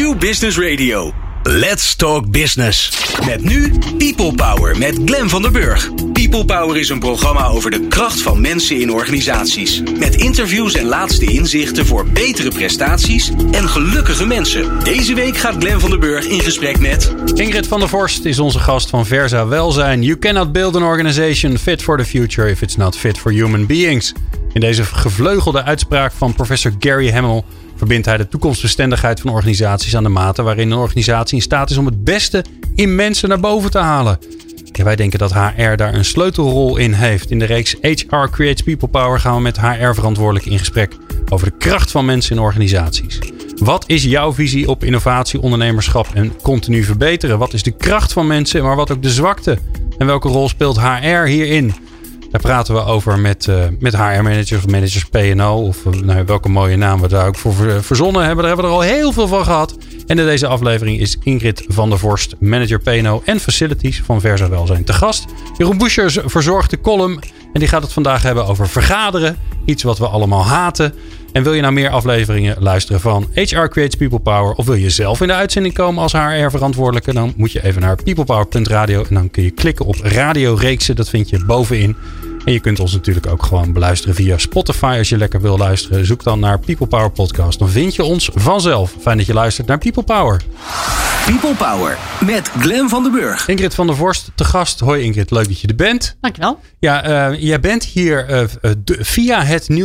New Business Radio. Let's Talk Business. Met nu People Power met Glenn van der Burg. People Power is een programma over de kracht van mensen in organisaties. Met interviews en laatste inzichten voor betere prestaties en gelukkige mensen. Deze week gaat Glenn van der Burg in gesprek met... Ingrid van der Vorst is onze gast van Versa Welzijn. You cannot build an organization fit for the future if it's not fit for human beings. In deze gevleugelde uitspraak van professor Gary Hamel verbindt hij de toekomstbestendigheid van organisaties aan de mate waarin een organisatie in staat is om het beste in mensen naar boven te halen. Ja, wij denken dat HR daar een sleutelrol in heeft. In de reeks HR Creates People Power gaan we met HR-verantwoordelijken in gesprek over de kracht van mensen in organisaties. Wat is jouw visie op innovatie, ondernemerschap en continu verbeteren? Wat is de kracht van mensen, maar wat ook de zwakte? En welke rol speelt HR hierin? Daar praten we over met HR-managers of managers P&O. Of welke mooie naam we daar ook voor verzonnen hebben. Daar hebben we er al heel veel van gehad. En in deze aflevering is Ingrid van der Vorst, manager P&O en Facilities van Versa Welzijn te gast. Jeroen Buschers verzorgt de column. En die gaat het vandaag hebben over vergaderen. Iets wat we allemaal haten. En wil je nou meer afleveringen luisteren van HR Creates People Power? Of wil je zelf in de uitzending komen als HR-verantwoordelijke? Dan moet je even naar peoplepower.radio. En dan kun je klikken op radioreeksen. Dat vind je bovenin. En je kunt ons natuurlijk ook gewoon beluisteren via Spotify. Als je lekker wil luisteren, zoek dan naar People Power Podcast. Dan vind je ons vanzelf. Fijn dat je luistert naar People Power. People Power met Glenn van der Burg. Ingrid van der Vorst te gast. Hoi Ingrid, leuk dat je er bent. Dankjewel. Ja, jij bent hier via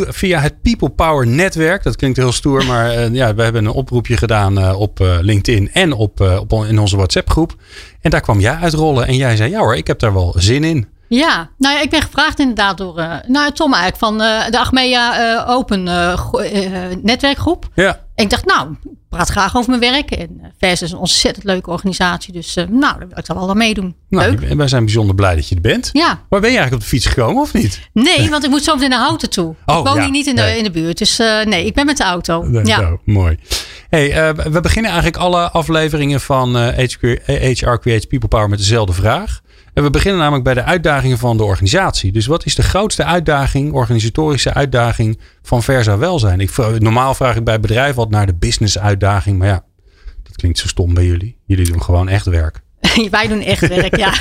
het People Power netwerk. Dat klinkt heel stoer, maar we hebben een oproepje gedaan op LinkedIn en in onze WhatsApp groep. En daar kwam jij uitrollen en jij zei, ja hoor, ik heb daar wel zin in. Ja, nou ja, ik ben gevraagd inderdaad door Tom eigenlijk van de Achmea Open netwerkgroep. Ja. En ik dacht, ik praat graag over mijn werk. En Vers is een ontzettend leuke organisatie. Dus daar wil ik wel aan meedoen. Leuk. Wij zijn bijzonder blij dat je er bent. Ja. Maar ben je eigenlijk op de fiets gekomen of niet? Nee, want ik moet zo meteen naar Houten toe. Ik woon hier niet in de buurt. Dus nee, ik ben met de auto. Ja. Mooi. Hey, we beginnen eigenlijk alle afleveringen van HR Creates People Power met dezelfde vraag. En we beginnen namelijk bij de uitdagingen van de organisatie. Dus wat is de grootste uitdaging, organisatorische uitdaging van Versa Welzijn? Normaal vraag ik bij bedrijven wat naar de business uitdaging. Maar ja, dat klinkt zo stom bij jullie. Jullie doen gewoon echt werk. Wij doen echt werk, ja.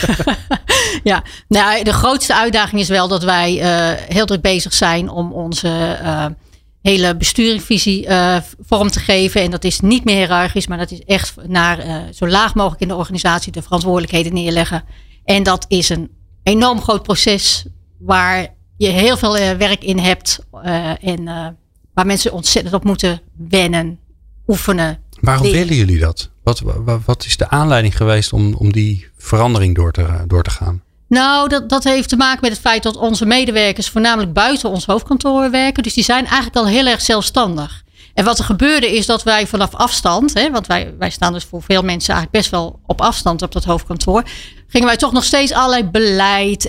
Ja. Nou, de grootste uitdaging is wel dat wij heel druk bezig zijn om onze hele besturingsvisie vorm te geven. En dat is niet meer hiërarchisch, maar dat is echt naar zo laag mogelijk in de organisatie de verantwoordelijkheden neerleggen. En dat is een enorm groot proces waar je heel veel werk in hebt. En waar mensen ontzettend op moeten wennen, oefenen. Waarom willen jullie dat? Wat is de aanleiding geweest om die verandering door te gaan? Nou, dat heeft te maken met het feit dat onze medewerkers voornamelijk buiten ons hoofdkantoor werken. Dus die zijn eigenlijk al heel erg zelfstandig. En wat er gebeurde is dat wij vanaf afstand, want wij staan dus voor veel mensen eigenlijk best wel op afstand op dat hoofdkantoor, gingen wij toch nog steeds allerlei beleid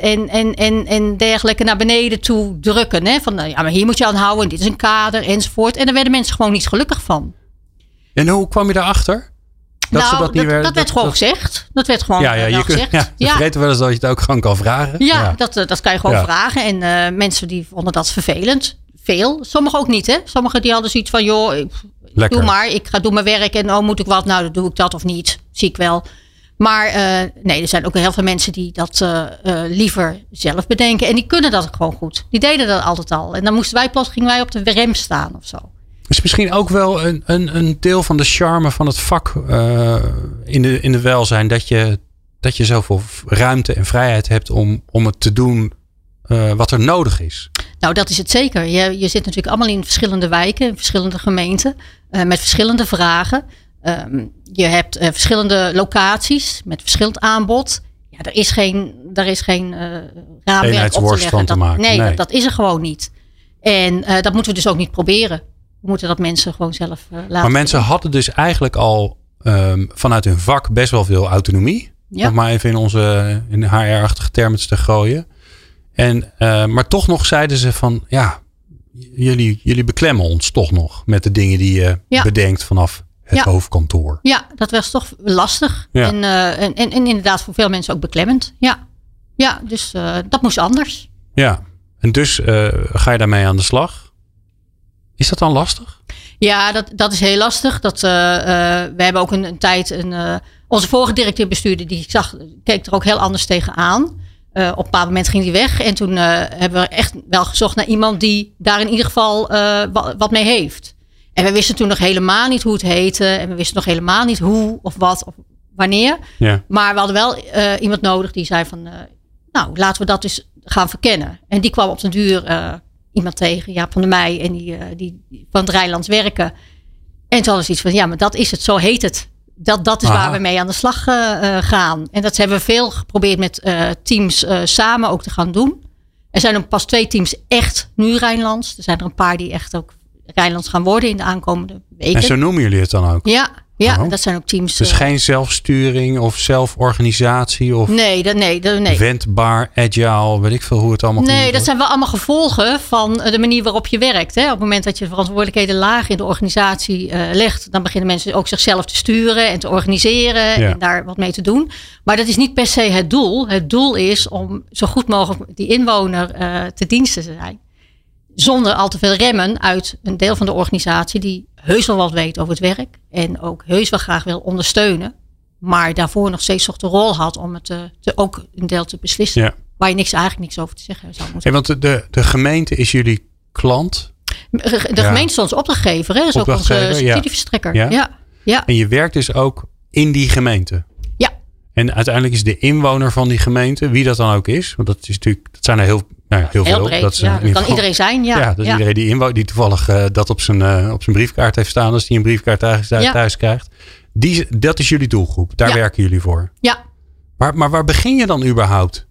en dergelijke naar beneden toe drukken. Hè? Van maar hier moet je aan houden, dit is een kader enzovoort. En daar werden mensen gewoon niet gelukkig van. En hoe kwam je daarachter? Dat werd gewoon gezegd. Dat werd gewoon gezegd. We vergeten wel eens dat je het ook gewoon kan vragen. Ja. Dat kan je gewoon vragen. En mensen die vonden dat vervelend. Veel. Sommigen ook niet, hè. Sommigen die hadden zoiets van, doe maar. Ik ga doen mijn werk en moet ik wat? Nou, dan doe ik dat of niet. Zie ik wel. Maar er zijn ook heel veel mensen die dat liever zelf bedenken. En die kunnen dat gewoon goed. Die deden dat altijd al. En dan gingen wij op de rem staan of zo. Is misschien ook wel een deel van de charme van het vak in de welzijn. Dat je zoveel ruimte en vrijheid hebt om het te doen wat er nodig is. Nou, dat is het zeker. Je zit natuurlijk allemaal in verschillende wijken, in verschillende gemeenten, met verschillende vragen. Je hebt verschillende locaties met verschillend aanbod. Ja, er is geen raamwerk op te leggen. Van te maken. Nee. Dat is er gewoon niet. En dat moeten we dus ook niet proberen. We moeten dat mensen gewoon zelf laten. Maar mensen hadden dus eigenlijk al vanuit hun vak best wel veel autonomie. Ja. Om maar even in HR-achtige termen te gooien. Maar toch nog zeiden ze van, jullie beklemmen ons toch nog met de dingen die je bedenkt vanaf het hoofdkantoor. Ja, dat was toch lastig. Ja. En inderdaad voor veel mensen ook beklemmend. Ja, dus dat moest anders. Ja, en dus ga je daarmee aan de slag. Is dat dan lastig? Ja, dat is heel lastig. We hebben ook een tijd... onze vorige directeur-bestuurder, die keek er ook heel anders tegenaan. Op een bepaald moment ging hij weg. En toen hebben we echt wel gezocht naar iemand die daar in ieder geval wat mee heeft. En we wisten toen nog helemaal niet hoe het heette. En we wisten nog helemaal niet hoe of wat of wanneer. Ja. Maar we hadden wel iemand nodig die zei van... laten we dat dus gaan verkennen. En die kwam op den duur iemand tegen. Jaap van der Meij. En die van het Rijnlands Werken. En toen hadden ze iets van... Ja, maar dat is het. Zo heet het. Dat is waar we mee aan de slag gaan. En dat hebben we veel geprobeerd met teams samen ook te gaan doen. Er zijn ook pas 2 teams echt nu Rijnlands. Er zijn er een paar die echt ook Rijnlands gaan worden in de aankomende weken. En zo noemen jullie het dan ook? Ja, dat zijn ook teams. Dus geen zelfsturing of zelforganisatie of nee. wendbaar, agile, weet ik veel hoe het allemaal Nee, dat zijn wel allemaal gevolgen van de manier waarop je werkt. Hè. Op het moment dat je verantwoordelijkheden laag in de organisatie legt, dan beginnen mensen ook zichzelf te sturen en te organiseren en daar wat mee te doen. Maar dat is niet per se het doel. Het doel is om zo goed mogelijk die inwoner te diensten te zijn. Zonder al te veel remmen uit een deel van de organisatie die heus wel wat weet over het werk. En ook heus wel graag wil ondersteunen. Maar daarvoor nog steeds toch de rol had om het ook een deel te beslissen. Ja. Waar je eigenlijk niks over te zeggen zou moeten. Want de gemeente is jullie klant? De gemeente is onze opdrachtgever. Hè? Dat is ook onze subsidieverstrekker. Ja. En je werkt dus ook in die gemeente? Ja. En uiteindelijk is de inwoner van die gemeente, wie dat dan ook is. Want dat zijn er heel veel. Breed, dat kan iedereen zijn. Ja, dat is iedereen die toevallig dat op zijn briefkaart heeft staan. Als die een briefkaart thuis krijgt. Dat is jullie doelgroep. Daar werken jullie voor. Ja. Maar waar begin je dan überhaupt?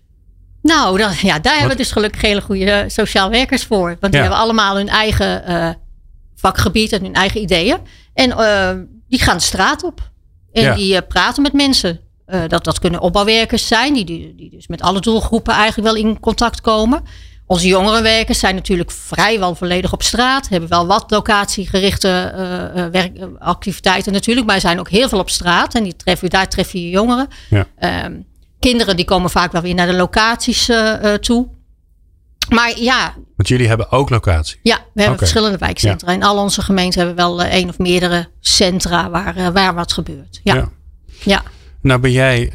Nou, daar hebben we dus gelukkig hele goede sociaal werkers voor. Want die hebben allemaal hun eigen vakgebied en hun eigen ideeën. En die gaan de straat op. En die praten met mensen. Dat kunnen opbouwwerkers zijn. Die dus met alle doelgroepen eigenlijk wel in contact komen. Onze jongerenwerkers zijn natuurlijk vrijwel volledig op straat. Hebben wel wat locatiegerichte activiteiten natuurlijk. Maar zijn ook heel veel op straat. En daar tref je jongeren. Ja. Kinderen die komen vaak wel weer naar de locaties toe. Maar ja. Want jullie hebben ook locatie? Ja, we hebben verschillende wijkcentra. Ja. In al onze gemeenten hebben we wel 1 of meerdere centra waar wat gebeurt. Ja. Nou ben jij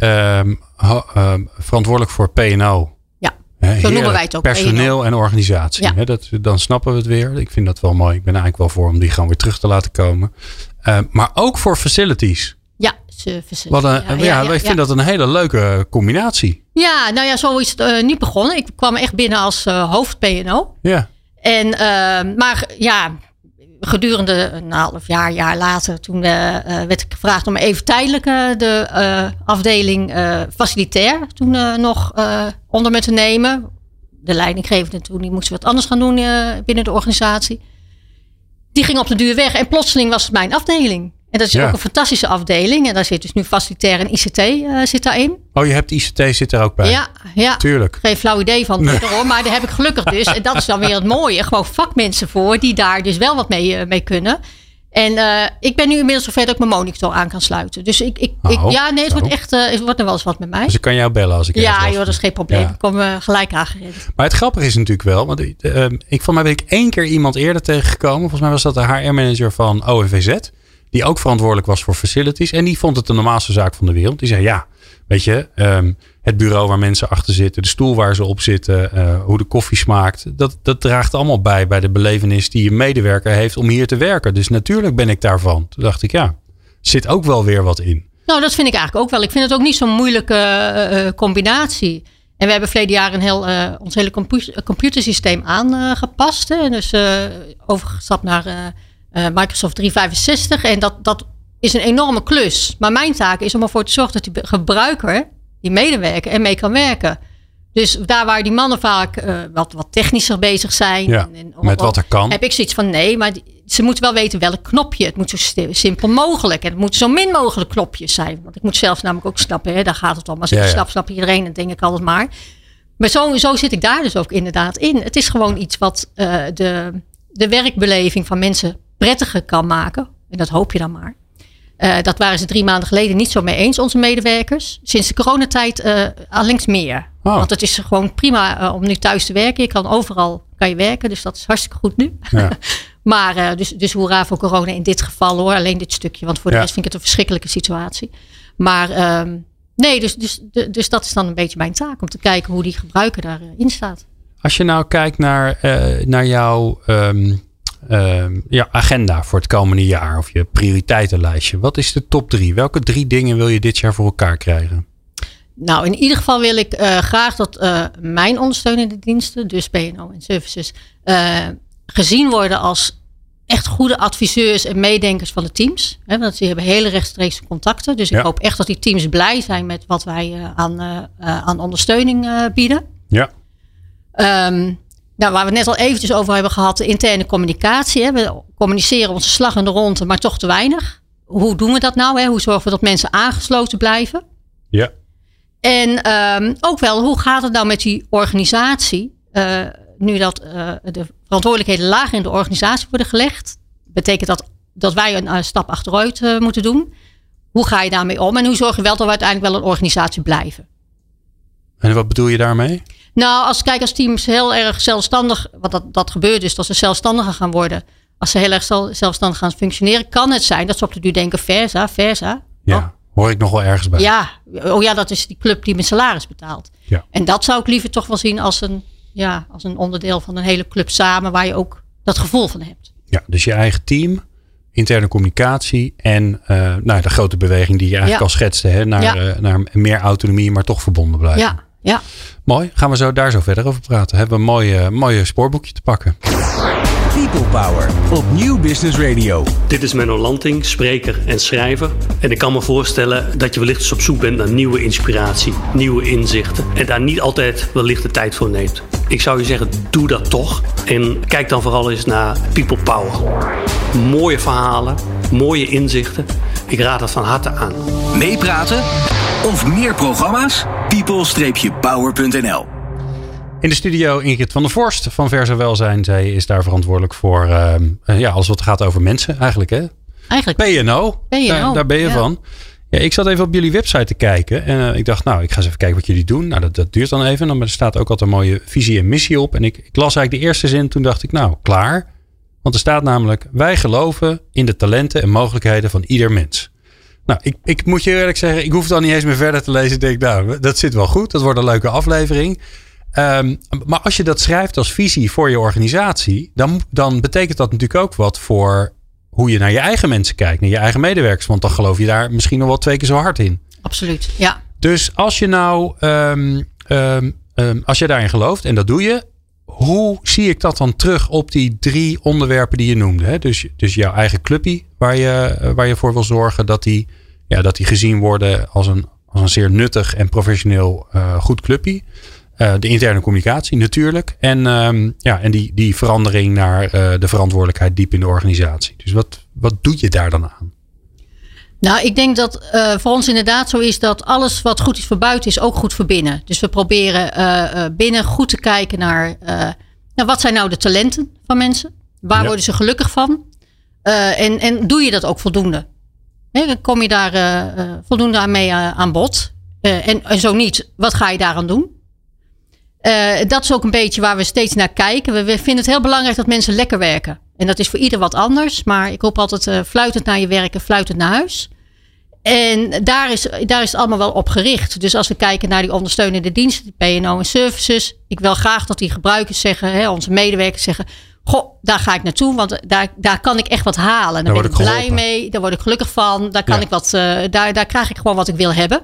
verantwoordelijk voor P&O. Ja, zo noemen wij het ook. Personeel en organisatie. Ja. Dan snappen we het weer. Ik vind dat wel mooi. Ik ben eigenlijk wel voor om die gewoon weer terug te laten komen. Maar ook voor facilities. Ja, facilities. Ik vind dat een hele leuke combinatie. Ja, zo is het niet begonnen. Ik kwam echt binnen als hoofd P&O. Ja. Maar gedurende een half jaar later, toen werd ik gevraagd om even tijdelijk de afdeling facilitair toen nog onder me te nemen. De leidinggevende toen, die moest wat anders gaan doen binnen de organisatie. Die ging op de duur weg en plotseling was het mijn afdeling. En dat is ook een fantastische afdeling. En daar zit dus nu facilitair en ICT zit daarin. Oh, je hebt ICT zit er ook bij? Ja. Tuurlijk. Geen flauw idee van hoor, maar daar heb ik gelukkig dus. En dat is dan weer het mooie. Gewoon vakmensen voor die daar dus wel wat mee kunnen. En ik ben nu inmiddels zover dat ik mijn monitor aan kan sluiten. Dus het wordt echt, het wordt er wel eens wat met mij. Dus ik kan jou bellen als ik dat is geen probleem. Ik kom gelijk aangerend. Maar het grappige is natuurlijk wel, want volgens mij ben ik 1 keer iemand eerder tegengekomen. Volgens mij was dat de HR-manager van ONVZ. Die ook verantwoordelijk was voor facilities. En die vond het de normaalste zaak van de wereld. Die zei weet je, het bureau waar mensen achter zitten. De stoel waar ze op zitten. Hoe de koffie smaakt. Dat draagt allemaal bij de belevenis die je medewerker heeft om hier te werken. Dus natuurlijk ben ik daarvan. Toen dacht ik zit ook wel weer wat in. Nou, dat vind ik eigenlijk ook wel. Ik vind het ook niet zo'n moeilijke combinatie. En we hebben verleden jaar ons hele computersysteem aangepast. En dus overgestapt naar Microsoft 365. En dat is een enorme klus. Maar mijn taak is om ervoor te zorgen dat die gebruiker, die medewerker, ermee kan werken. Dus daar waar die mannen vaak wat technischer bezig zijn. Met wat er kan. Heb ik zoiets van maar ze moeten wel weten welk knopje. Het moet zo simpel mogelijk. En het moet zo min mogelijk knopjes zijn. Want ik moet zelf namelijk ook snappen. Daar gaat het om. Als ik snap iedereen. Dan denk ik altijd maar. Maar zo zit ik daar dus ook inderdaad in. Het is gewoon iets wat de werkbeleving van mensen prettiger kan maken. En dat hoop je dan maar. Dat waren ze 3 maanden geleden niet zo mee eens, onze medewerkers. Sinds de coronatijd allengs meer. Want het is gewoon prima om nu thuis te werken. Je kan overal werken, dus dat is hartstikke goed nu. Ja. Maar dus hoera voor corona in dit geval hoor. Alleen dit stukje. Want voor de rest vind ik het een verschrikkelijke situatie. Maar nee, dus dat is dan een beetje mijn taak. Om te kijken hoe die gebruiker daarin staat. Als je nou kijkt naar jouw agenda voor het komende jaar. Of je prioriteitenlijstje. Wat is de top 3? Welke 3 dingen wil je dit jaar voor elkaar krijgen? Nou, in ieder geval wil ik graag dat mijn ondersteunende diensten. Dus P&O en services. Gezien worden als echt goede adviseurs en meedenkers van de teams. Want ze hebben hele rechtstreekse contacten. Dus ik hoop echt dat die teams blij zijn met wat wij aan ondersteuning bieden. Ja. Waar we het net al eventjes over hebben gehad. De interne communicatie. We communiceren onze slag in de ronde, maar toch te weinig. Hoe doen we dat nou? Hoe zorgen we dat mensen aangesloten blijven? Ja. En ook wel, hoe gaat het nou met die organisatie? Nu dat de verantwoordelijkheden lager in de organisatie worden gelegd. Betekent dat wij een stap achteruit moeten doen. Hoe ga je daarmee om? En hoe zorg je wel dat we uiteindelijk wel een organisatie blijven? En wat bedoel je daarmee? Nou, als teams heel erg zelfstandig... Want dat gebeurt dus, dat ze zelfstandiger gaan worden. Als ze heel erg zelfstandig gaan functioneren... kan het zijn dat ze op de duur denken versa. Ja, hoor ik nog wel ergens bij. Ja, dat is die club die mijn salaris betaalt. Ja. En dat zou ik liever toch wel zien als een onderdeel van een hele club samen... waar je ook dat gevoel van hebt. Ja, dus je eigen team, interne communicatie... en de grote beweging die je eigenlijk al schetste... naar meer autonomie, maar toch verbonden blijven. Ja. Mooi, gaan we daar zo verder over praten. Hebben we een mooie spoorboekje te pakken. People Power op Nieuw Business Radio. Dit is Menno Lanting, spreker en schrijver. En ik kan me voorstellen dat je wellicht eens op zoek bent naar nieuwe inspiratie, nieuwe inzichten. En daar niet altijd wellicht de tijd voor neemt. Ik zou je zeggen, doe dat toch. En kijk dan vooral eens naar People Power. Mooie verhalen, mooie inzichten. Ik raad dat van harte aan. Meepraten of meer programma's? people-power.nl. In de studio Ingrid van der Vorst van Versa Welzijn. Zij is daar verantwoordelijk voor alles wat gaat over mensen eigenlijk. Hè? Eigenlijk. P&O. Daar ben je van. Ja, ik zat even op jullie website te kijken. En ik dacht, ik ga eens even kijken wat jullie doen. Nou, dat duurt dan even. Dan staat ook altijd een mooie visie en missie op. En ik las eigenlijk de eerste zin. Toen dacht ik, klaar. Want er staat namelijk, wij geloven in de talenten en mogelijkheden van ieder mens. Nou, ik moet je eerlijk zeggen, ik hoef dan niet eens meer verder te lezen. Ik denk, dat zit wel goed. Dat wordt een leuke aflevering. Maar als je dat schrijft als visie voor je organisatie, dan betekent dat natuurlijk ook wat voor hoe je naar je eigen mensen kijkt, naar je eigen medewerkers. Want dan geloof je daar misschien nog wel 2 keer zo hard in. Absoluut, ja. Dus als je als je daarin gelooft, en dat doe je, hoe zie ik dat dan terug op die 3 onderwerpen die je noemde? Hè? Dus jouw eigen clubje, waar je voor wil zorgen dat die gezien worden als een zeer nuttig en goed clubje. De interne communicatie natuurlijk. En die verandering naar de verantwoordelijkheid diep in de organisatie. Dus wat doe je daar dan aan? Nou, ik denk dat voor ons inderdaad zo is dat alles wat goed is voor buiten is ook goed voor binnen. Dus we proberen binnen goed te kijken naar wat zijn nou de talenten van mensen? Waar worden ze gelukkig van? En doe je dat ook voldoende? Dan kom je daar voldoende aan mee aan bod. En zo niet, wat ga je daaraan doen? Dat is ook een beetje waar we steeds naar kijken. We vinden het heel belangrijk dat mensen lekker werken. En dat is voor ieder wat anders. Maar ik hoop altijd fluitend naar je werken, fluitend naar huis. En daar is het allemaal wel op gericht. Dus als we kijken naar die ondersteunende diensten, de P&O en services. Ik wil graag dat die gebruikers zeggen, onze medewerkers zeggen. Goh, daar ga ik naartoe, want daar kan ik echt wat halen. Daar ben ik blij mee, daar word ik gelukkig van. Daar kan ik daar krijg ik gewoon wat ik wil hebben.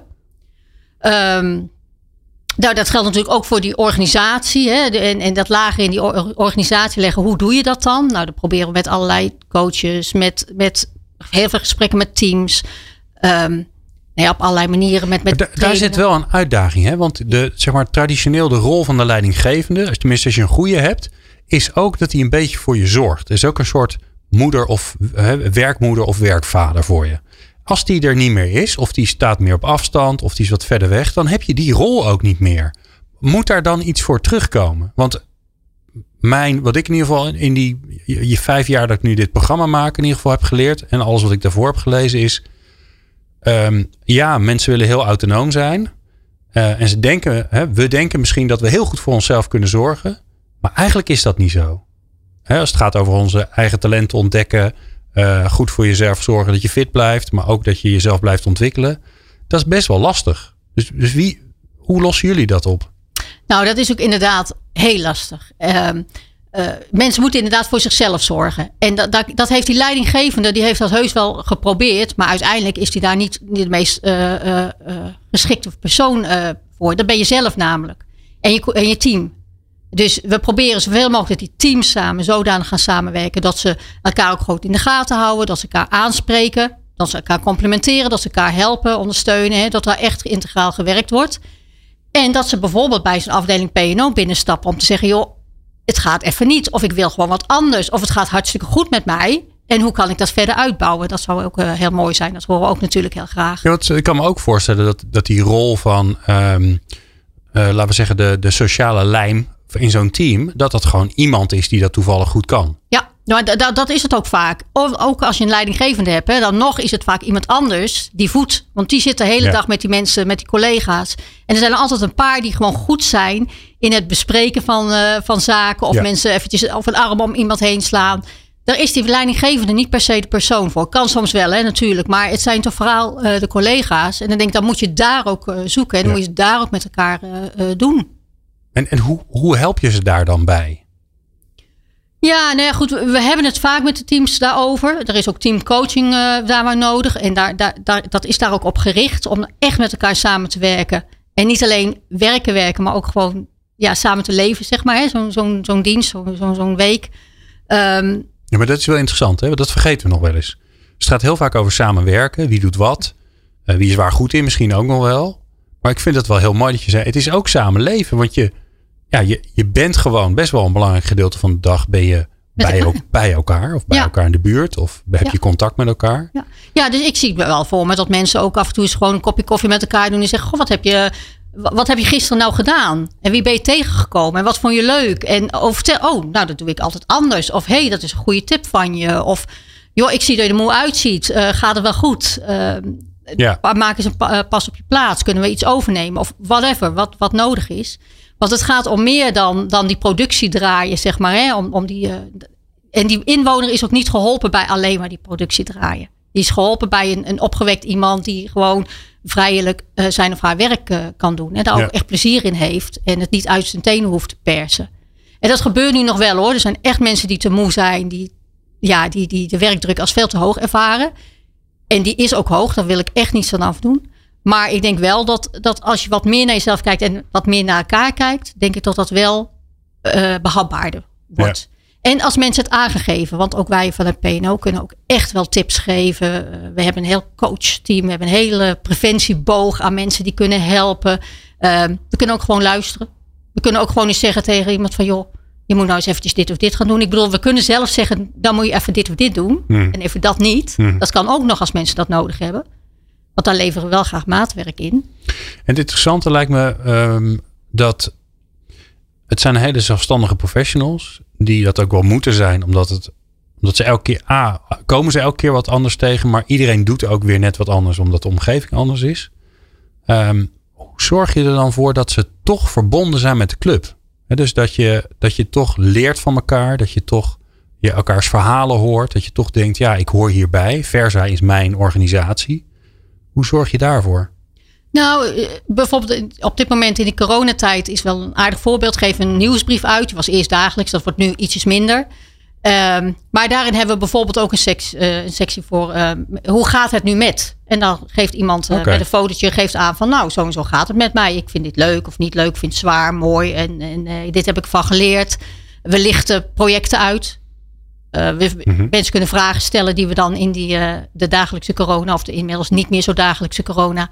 Dat geldt natuurlijk ook voor die organisatie. En dat lager in die organisatie leggen. Hoe doe je dat dan? Nou, dat proberen we met allerlei coaches. Met heel veel gesprekken met teams. Op allerlei manieren. Daar zit wel een uitdaging. Hè? Want traditioneel de rol van de leidinggevende. Tenminste als je een goede hebt. Is ook dat hij een beetje voor je zorgt. Er is ook een soort moeder of werkmoeder of werkvader voor je. Als die er niet meer is, of die staat meer op afstand, of die is wat verder weg, dan heb je die rol ook niet meer. Moet daar dan iets voor terugkomen? Want wat ik in ieder geval in die 5 jaar dat ik nu dit programma maak, in ieder geval heb geleerd, en alles wat ik daarvoor heb gelezen is, mensen willen heel autonoom zijn. En we denken misschien dat we heel goed voor onszelf kunnen zorgen, maar eigenlijk is dat niet zo. als het gaat over onze eigen talenten ontdekken. Goed voor jezelf zorgen dat je fit blijft. Maar ook dat je jezelf blijft ontwikkelen. Dat is best wel lastig. Dus hoe lossen jullie dat op? Nou, dat is ook inderdaad heel lastig. Mensen moeten inderdaad voor zichzelf zorgen. En dat heeft die leidinggevende, die heeft dat heus wel geprobeerd. Maar uiteindelijk is die daar niet de meest geschikte persoon voor. Dat ben je zelf namelijk. En je team. Dus we proberen zoveel mogelijk dat die teams samen zodanig gaan samenwerken. Dat ze elkaar ook goed in de gaten houden. Dat ze elkaar aanspreken. Dat ze elkaar complimenteren. Dat ze elkaar helpen, ondersteunen. Hè, dat daar echt integraal gewerkt wordt. En dat ze bijvoorbeeld bij zo'n afdeling P&O binnenstappen. Om te zeggen, joh, het gaat even niet. Of ik wil gewoon wat anders. Of het gaat hartstikke goed met mij. En hoe kan ik dat verder uitbouwen? Dat zou ook heel mooi zijn. Dat horen we ook natuurlijk heel graag. Ja, ik kan me ook voorstellen dat die rol van, laten we zeggen, de sociale lijm in zo'n team, dat gewoon iemand is die dat toevallig goed kan. Ja, nou, dat is het ook vaak. Ook als je een leidinggevende hebt, hè, dan nog is het vaak iemand anders die voedt. Want die zit de hele dag met die mensen, met die collega's. En er zijn er altijd een paar die gewoon goed zijn in het bespreken van zaken. Of mensen eventjes over een arm om iemand heen slaan. Daar is die leidinggevende niet per se de persoon voor. Kan soms wel, hè, natuurlijk. Maar het zijn toch vooral de collega's. En dan denk ik, dan moet je daar ook zoeken. En dan moet je het daar ook met elkaar doen. En hoe help je ze daar dan bij? Ja, nou ja, goed. We hebben het vaak met de teams daarover. Er is ook teamcoaching daar maar nodig. En dat is daar ook op gericht. Om echt met elkaar samen te werken. En niet alleen werken. Maar ook gewoon samen te leven, zeg maar. Hè? Zo'n dienst, zo'n week. Ja, maar dat is wel interessant. Hè? Want dat vergeten we nog wel eens. Het gaat heel vaak over samenwerken. Wie doet wat? Wie is waar goed in? Misschien ook nog wel. Maar ik vind het wel heel mooi dat je zei. Het is ook samenleven. Want je bent gewoon best wel een belangrijk gedeelte van de dag. Ben je bij elkaar of bij elkaar in de buurt? Of heb je contact met elkaar? Ja, dus ik zie het wel voor me dat mensen ook af en toe eens gewoon een kopje koffie met elkaar doen. En zeggen, goh, wat heb je gisteren nou gedaan? En wie ben je tegengekomen? En wat vond je leuk? En vertel, dat doe ik altijd anders. Of dat is een goede tip van je. Of, joh, ik zie dat je er moe uitziet. Gaat het wel goed? Maak eens een pas op je plaats. Kunnen we iets overnemen? Of whatever, wat nodig is. Want het gaat om meer dan die productie draaien, zeg maar. Hè? En die inwoner is ook niet geholpen bij alleen maar die productie draaien. Die is geholpen bij een opgewekt iemand die gewoon vrijelijk zijn of haar werk kan doen. En daar ook echt plezier in heeft. En het niet uit zijn tenen hoeft te persen. En dat gebeurt nu nog wel, hoor. Er zijn echt mensen die te moe zijn. Die de werkdruk als veel te hoog ervaren. En die is ook hoog. Daar wil ik echt niets van afdoen. Maar ik denk wel dat als je wat meer naar jezelf kijkt en wat meer naar elkaar kijkt, denk ik dat wel behapbaarder wordt. Ja. En als mensen het aangegeven, want ook wij van het P&O kunnen ook echt wel tips geven. We hebben een heel coachteam, we hebben een hele preventieboog aan mensen die kunnen helpen. We kunnen ook gewoon luisteren. We kunnen ook gewoon eens zeggen tegen iemand van, joh, je moet nou eens eventjes dit of dit gaan doen. Ik bedoel, we kunnen zelf zeggen, dan moet je even dit of dit doen. En even dat niet. Dat kan ook nog als mensen dat nodig hebben. Want daar leveren we wel graag maatwerk in. En het interessante lijkt me dat het zijn hele zelfstandige professionals die dat ook wel moeten zijn. Omdat ze elke keer, komen ze elke keer wat anders tegen. Maar iedereen doet ook weer net wat anders omdat de omgeving anders is. Hoe zorg je er dan voor dat ze toch verbonden zijn met de club? Dus dat je toch leert van elkaar. Dat je toch elkaars verhalen hoort. Dat je toch denkt, ik hoor hierbij. Versa is mijn organisatie. Hoe zorg je daarvoor? Nou, bijvoorbeeld op dit moment in de coronatijd is wel een aardig voorbeeld. Geef een nieuwsbrief uit. Die was eerst dagelijks. Dat wordt nu ietsjes minder. Maar daarin hebben we bijvoorbeeld ook een sectie voor hoe gaat het nu met? En dan geeft iemand met een fotootje geeft aan van nou, zo en zo gaat het met mij. Ik vind dit leuk of niet leuk. Ik vind het zwaar, mooi. En dit heb ik van geleerd. We lichten projecten uit. Mensen kunnen vragen stellen die we dan in de dagelijkse corona of de inmiddels niet meer zo dagelijkse corona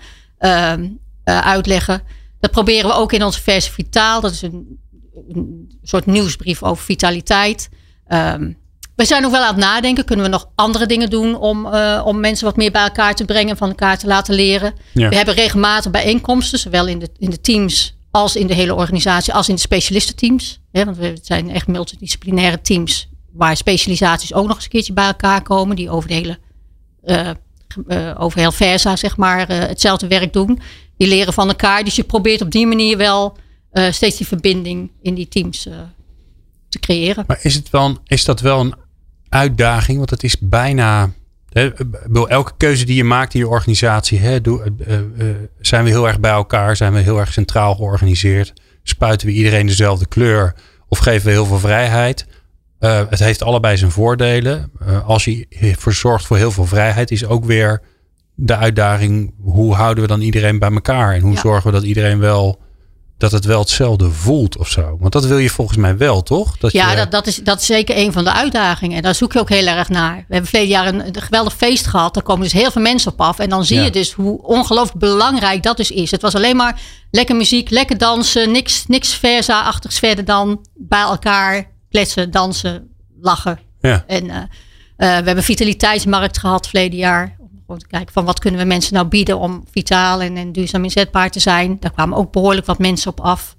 uitleggen. Dat proberen we ook in onze versie Vitaal. Dat is een soort nieuwsbrief over vitaliteit. We zijn nog wel aan het nadenken. Kunnen we nog andere dingen doen om mensen wat meer bij elkaar te brengen, van elkaar te laten leren. Ja. We hebben regelmatig bijeenkomsten, zowel in de teams als in de hele organisatie, als in de specialistenteams. Ja, want we zijn echt multidisciplinaire teams waar specialisaties ook nog eens een keertje bij elkaar komen, die over de hele over heel Versa, zeg maar, hetzelfde werk doen. Die leren van elkaar. Dus je probeert op die manier wel steeds die verbinding in die teams te creëren. Maar is dat wel een uitdaging? Want het is bijna... elke keuze die je maakt in je organisatie, zijn we heel erg bij elkaar, zijn we heel erg centraal georganiseerd, spuiten we iedereen dezelfde kleur of geven we heel veel vrijheid? Het heeft allebei zijn voordelen. Als je ervoor zorgt voor heel veel vrijheid, is ook weer de uitdaging, hoe houden we dan iedereen bij elkaar? En hoe zorgen we dat iedereen dat het wel hetzelfde voelt of zo? Want dat wil je volgens mij wel, toch? Dat is zeker een van de uitdagingen. En daar zoek je ook heel erg naar. We hebben verleden jaar een geweldig feest gehad. Daar komen dus heel veel mensen op af. En dan zie je dus hoe ongelooflijk belangrijk dat dus is. Het was alleen maar lekker muziek, lekker dansen. Niks versa-achtigs verder dan bij elkaar kletsen, dansen, lachen. Ja. En we hebben een vitaliteitsmarkt gehad verleden jaar. Om te kijken van wat kunnen we mensen nou bieden om vitaal en duurzaam inzetbaar te zijn. Daar kwamen ook behoorlijk wat mensen op af.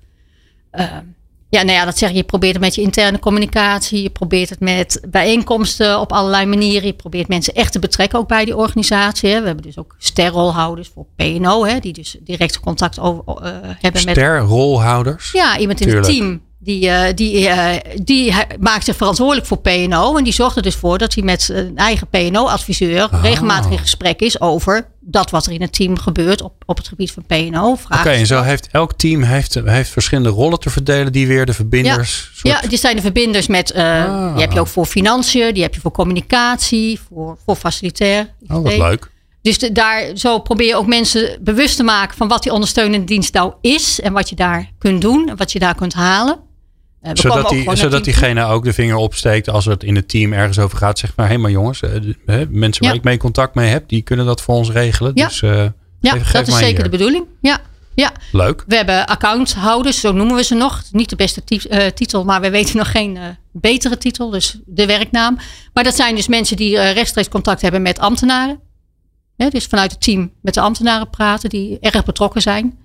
Dat zeg je probeert het met je interne communicatie. Je probeert het met bijeenkomsten op allerlei manieren. Je probeert mensen echt te betrekken ook bij die organisatie. Hè. We hebben dus ook sterrolhouders voor P&O. Die dus direct contact hebben met... Sterrolhouders? Ja, iemand in het team. Die maakt zich verantwoordelijk voor P&O. En die zorgt er dus voor dat hij met zijn eigen P&O-adviseur regelmatig in gesprek is over dat wat er in het team gebeurt op het gebied van P&O. Oké, en zo heeft elk team heeft verschillende rollen te verdelen die weer de verbinders... Ja, die zijn de verbinders met... Die heb je ook voor financiën, die heb je voor communicatie, voor facilitair. Oh, wat leuk. Dus zo probeer je ook mensen bewust te maken van wat die ondersteunende dienst nou is en wat je daar kunt doen en wat je daar kunt halen. Zodat diegene ook de vinger opsteekt als het in het team ergens over gaat. Zeg maar, maar jongens, mensen waar ik mee contact mee heb, die kunnen dat voor ons regelen. Ja, dus, geef dat is zeker de bedoeling. Ja. Leuk. We hebben accounthouders, zo noemen we ze nog. Niet de beste titel, maar we weten nog geen betere titel. Dus de werknaam. Maar dat zijn dus mensen die rechtstreeks contact hebben met ambtenaren. Dus vanuit het team met de ambtenaren praten die erg betrokken zijn.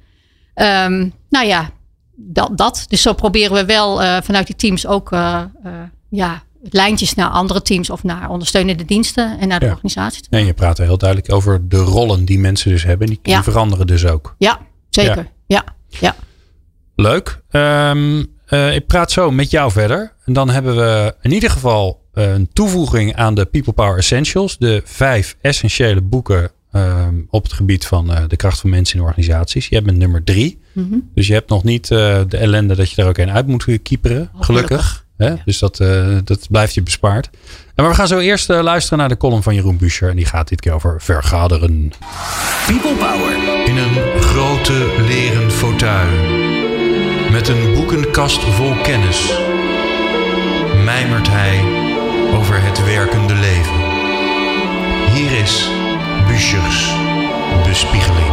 Dat. Dus zo proberen we wel vanuit die teams ook lijntjes naar andere teams of naar ondersteunende diensten en naar de organisatie te maken. En je praat heel duidelijk over de rollen die mensen dus hebben. Die veranderen dus ook. Ja, zeker. Ja. Leuk. Ik praat zo met jou verder. En dan hebben we in ieder geval een toevoeging aan de People Power Essentials. De 5 essentiële boeken op het gebied van de kracht van mensen in organisaties. Je hebt met nummer 3. Mm-hmm. Dus je hebt nog niet de ellende dat je er ook een uit moet kieperen. Gelukkig. Hè? Ja. Dus dat blijft je bespaard. Maar we gaan zo eerst luisteren naar de column van Jeroen Buescher. En die gaat dit keer over vergaderen. People Power. In een grote leren fauteuil. Met een boekenkast vol kennis. Mijmert hij over het werkende leven. Hier is Bueschers bespiegeling.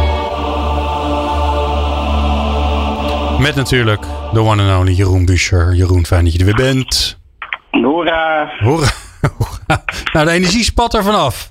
Met natuurlijk de one and only Jeroen Buescher. Jeroen, fijn dat je er weer bent. Hoera. Hoera. Nou, de energie spat er vanaf.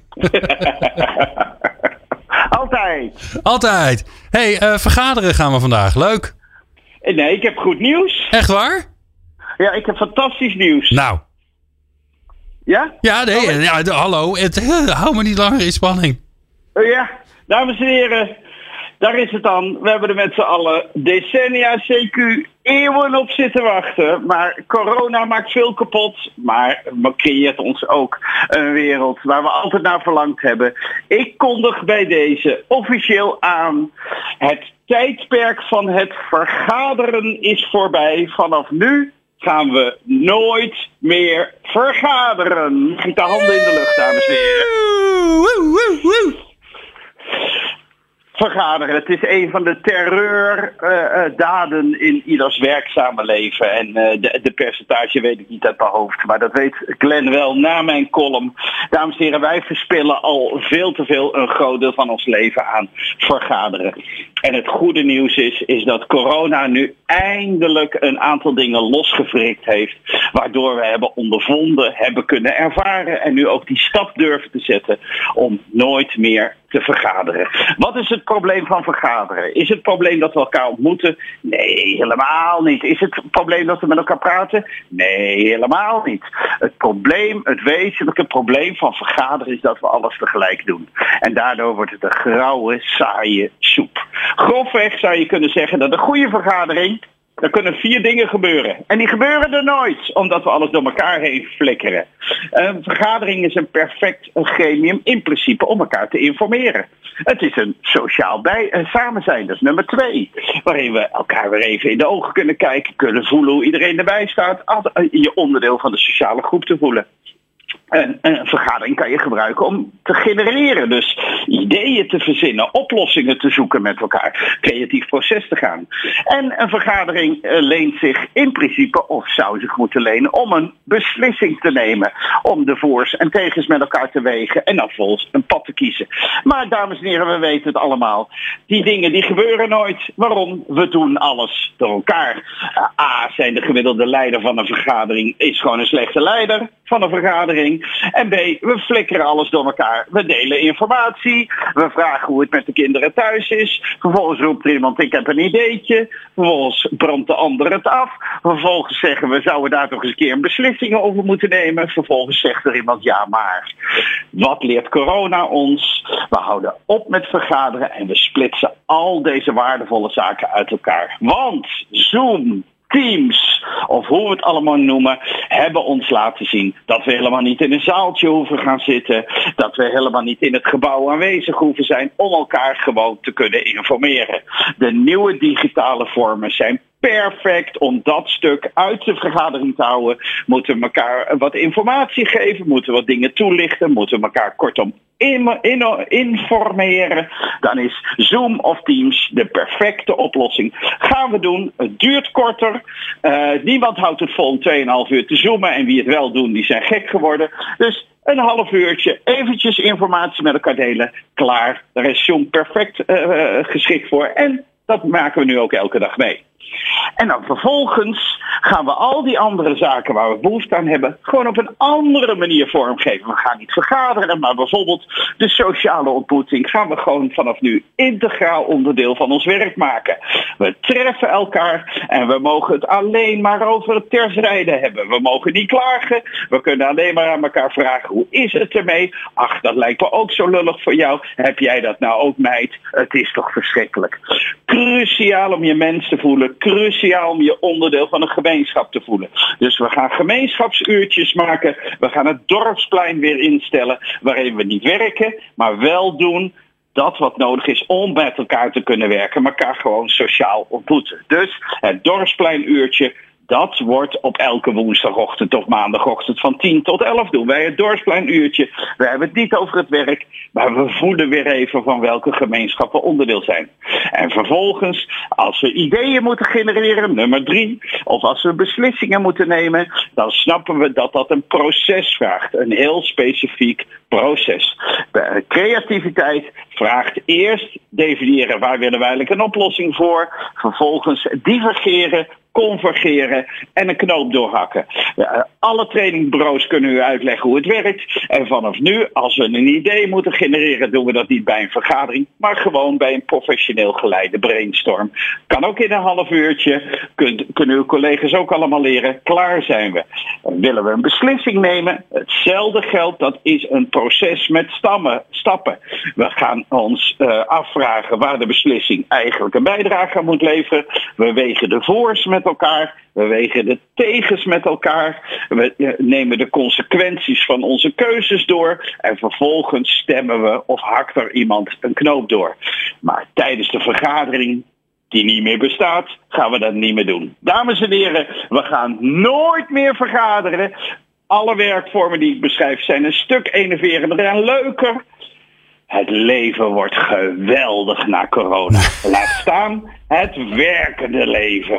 Altijd. Hey, vergaderen gaan we vandaag. Leuk. Nee, ik heb goed nieuws. Echt waar? Ja, ik heb fantastisch nieuws. Nou. Ja? Ja, nee. Hallo. Hou me niet langer in spanning. Ja, dames en heren. Daar is het dan. We hebben er met z'n allen decennia, CQ, eeuwen op zitten wachten. Maar corona maakt veel kapot. Maar creëert ons ook een wereld waar we altijd naar verlangd hebben. Ik kondig bij deze officieel aan. Het tijdperk van het vergaderen is voorbij. Vanaf nu gaan we nooit meer vergaderen. Met de handen in de lucht, dames en heren. Vergaderen. Het is een van de terreurdaden in ieders werkzame leven. En de percentage weet ik niet uit mijn hoofd. Maar dat weet Glenn wel na mijn column. Dames en heren, wij verspillen al veel te veel een groot deel van ons leven aan vergaderen. En het goede nieuws is dat corona nu eindelijk een aantal dingen losgewrikt heeft. Waardoor we hebben ondervonden, hebben kunnen ervaren. En nu ook die stap durven te zetten om nooit meer te vergaderen. Wat is het probleem van vergaderen? Is het probleem dat we elkaar ontmoeten? Nee, helemaal niet. Is het probleem dat we met elkaar praten? Nee, helemaal niet. Het wezenlijke probleem van vergaderen is dat we alles tegelijk doen. En daardoor wordt het een grauwe, saaie soep. Grofweg zou je kunnen zeggen dat een goede vergadering Er kunnen 4 dingen gebeuren. En die gebeuren er nooit, omdat we alles door elkaar heen flikkeren. Een vergadering is een perfect gremium in principe om elkaar te informeren. Het is een sociaal samen zijn, dat is nummer 2. Waarin we elkaar weer even in de ogen kunnen kijken, kunnen voelen hoe iedereen erbij staat. Je onderdeel van de sociale groep te voelen. Een vergadering kan je gebruiken om te genereren. Dus ideeën te verzinnen, oplossingen te zoeken met elkaar. Creatief proces te gaan. En een vergadering leent zich in principe, of zou zich moeten lenen, om een beslissing te nemen. Om de voor's en tegens met elkaar te wegen en dan volgens een pad te kiezen. Maar dames en heren, we weten het allemaal. Die dingen die gebeuren nooit. Waarom? We doen alles door elkaar. A, zijn de gemiddelde leider van een vergadering is gewoon een slechte leider van een vergadering. En B, we flikkeren alles door elkaar. We delen informatie. We vragen hoe het met de kinderen thuis is. Vervolgens roept er iemand, ik heb een ideetje. Vervolgens brandt de ander het af. Vervolgens zeggen we, zouden daar toch eens een keer een beslissing over moeten nemen. Vervolgens zegt er iemand, ja maar. Wat leert corona ons? We houden op met vergaderen en we splitsen al deze waardevolle zaken uit elkaar. Want Zoom, Teams, of hoe we het allemaal noemen, hebben ons laten zien dat we helemaal niet in een zaaltje hoeven gaan zitten. Dat we helemaal niet in het gebouw aanwezig hoeven zijn om elkaar gewoon te kunnen informeren. De nieuwe digitale vormen zijn perfect om dat stuk uit de vergadering te houden. Moeten we elkaar wat informatie geven, moeten we wat dingen toelichten, moeten we elkaar kortom informeren. Dan is Zoom of Teams de perfecte oplossing. Gaan we doen, het duurt korter. Niemand houdt het vol om 2,5 uur te zoomen en wie het wel doen, die zijn gek geworden. Dus een half uurtje, eventjes informatie met elkaar delen. Klaar, daar is Zoom perfect geschikt voor en dat maken we nu ook elke dag mee. En dan vervolgens gaan we al die andere zaken waar we behoefte aan hebben gewoon op een andere manier vormgeven. We gaan niet vergaderen, maar bijvoorbeeld de sociale ontmoeting gaan we gewoon vanaf nu integraal onderdeel van ons werk maken. We treffen elkaar en we mogen het alleen maar over het terzijde hebben. We mogen niet klagen, we kunnen alleen maar aan elkaar vragen, hoe is het ermee? Ach, dat lijkt me ook zo lullig voor jou. Heb jij dat nou ook, meid? Het is toch verschrikkelijk. Cruciaal om je mens te voelen. Cruciaal om je onderdeel van een gemeenschap te voelen. Dus we gaan gemeenschapsuurtjes maken. We gaan het dorpsplein weer instellen. Waarin we niet werken, maar wel doen dat wat nodig is om met elkaar te kunnen werken. Elkaar gewoon sociaal ontmoeten. Dus het dorpspleinuurtje, dat wordt op elke woensdagochtend of maandagochtend van 10 tot 11 doen wij het dorpspleinuurtje. We hebben het niet over het werk, maar we voelen weer even van welke gemeenschap we onderdeel zijn. En vervolgens, als we ideeën moeten genereren, nummer 3, of als we beslissingen moeten nemen, dan snappen we dat dat een proces vraagt. Een heel specifiek proces. Creativiteit vraagt eerst definiëren waar willen we eigenlijk een oplossing voor. Vervolgens divergeren, convergeren en een knoop doorhakken. Alle trainingbureaus kunnen u uitleggen hoe het werkt. En vanaf nu, als we een idee moeten genereren, doen we dat niet bij een vergadering, maar gewoon bij een professioneel geleide brainstorm. Kan ook in een half uurtje. Kunnen uw collega's ook allemaal leren. Klaar zijn we. Willen we een beslissing nemen? Hetzelfde geldt, dat is een proces met stappen. We gaan ons afvragen waar de beslissing eigenlijk een bijdrage aan moet leveren. We wegen de voor's met elkaar. We wegen de tegens met elkaar. We nemen de consequenties van onze keuzes door. En vervolgens stemmen we of hakt er iemand een knoop door. Maar tijdens de vergadering, die niet meer bestaat, gaan we dat niet meer doen. Dames en heren, we gaan nooit meer vergaderen. Alle werkvormen die ik beschrijf zijn een stuk enerverender en leuker. Het leven wordt geweldig na corona. Laat staan het werkende leven.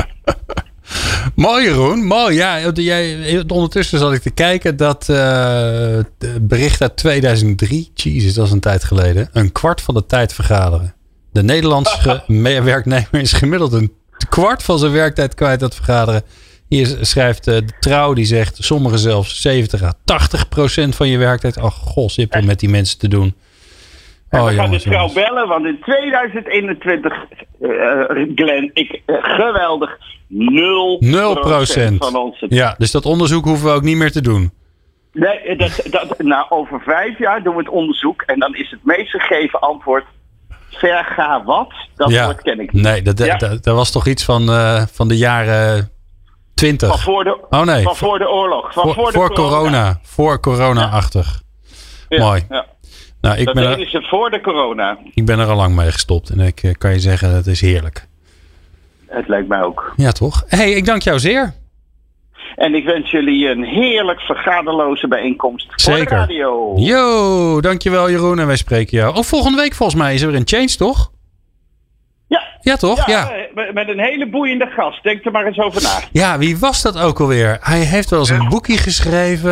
Mooi, Jeroen. Mooi. Ja, ondertussen zat ik te kijken dat bericht uit 2003. Jezus, dat is een tijd geleden. 1/4 van de tijd vergaderen. De Nederlandse werknemer is gemiddeld 1/4 van zijn werktijd kwijt aan het vergaderen. Hier schrijft de Trouw, die zegt sommigen zelfs 70 à 80% van je werktijd. Ach, gossippel met die mensen te doen. En we gaan de Trouw bellen, want in 2021, Glenn, geweldig, 0% van ons. Ja, dus dat onderzoek hoeven we ook niet meer te doen. Nee, over 5 jaar doen we het onderzoek en dan is het meest gegeven antwoord Verga wat? Dat woord ken ik niet. Nee, dat was toch iets van de jaren 20. Van voor de oorlog. Voor corona. Voor corona-achtig. Ja. Mooi. Ja. Nou, dat deden ze voor de corona. Ik ben er al lang mee gestopt. En ik kan je zeggen, dat is heerlijk. Het lijkt mij ook. Ja, toch? Hey, ik dank jou zeer. En ik wens jullie een heerlijk vergaderloze bijeenkomst Zeker. voor de radio. Yo, dankjewel Jeroen. En wij spreken jou. Volgende week volgens mij is er weer een Change, toch? Ja. Ja, toch? Ja. Met een hele boeiende gast. Denk er maar eens over na. Ja, wie was dat ook alweer? Hij heeft wel eens een boekje geschreven.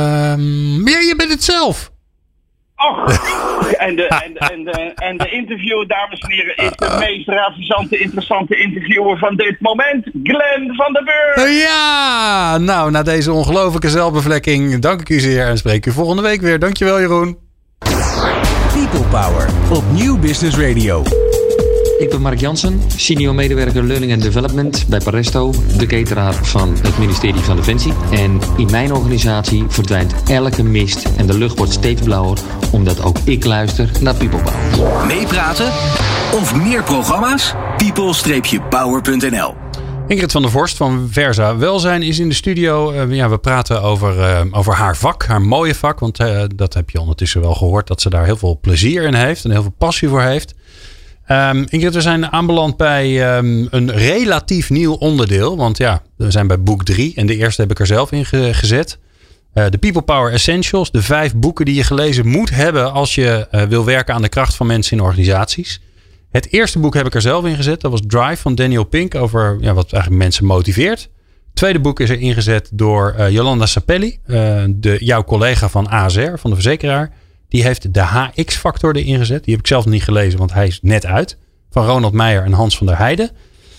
Je bent het zelf. Och, en de interview, dames en heren, is de meest ravissante, interessante interviewer van dit moment. Glenn van der Burg. Ja, nou, na deze ongelofelijke zelfbevlekking dank ik u zeer en spreek u volgende week weer. Dankjewel Jeroen. People Power op Nieuw Business Radio. Ik ben Mark Jansen, senior medewerker Learning and Development bij Paresto, de cateraar van het ministerie van Defensie. En in mijn organisatie verdwijnt elke mist en de lucht wordt steeds blauwer, omdat ook ik luister naar People Power. Meepraten of meer programma's? people-power.nl. Ingrid van der Vorst van Versa Welzijn is in de studio. We praten over haar vak, haar mooie vak. Want dat heb je ondertussen wel gehoord, dat ze daar heel veel plezier in heeft en heel veel passie voor heeft. Ingrid, we zijn aanbeland bij een relatief nieuw onderdeel. Want ja, we zijn bij boek 3 en de eerste heb ik er zelf in gezet. De People Power Essentials. De 5 boeken die je gelezen moet hebben als je wil werken aan de kracht van mensen in organisaties. Het eerste boek heb ik er zelf in gezet. Dat was Drive van Daniel Pink over wat eigenlijk mensen motiveert. Het tweede boek is er ingezet door Jolanda Sapelli. Jouw collega van ASR, van de verzekeraar. Die heeft de HX-factor erin gezet. Die heb ik zelf nog niet gelezen, want hij is net uit. Van Ronald Meijer en Hans van der Heijden.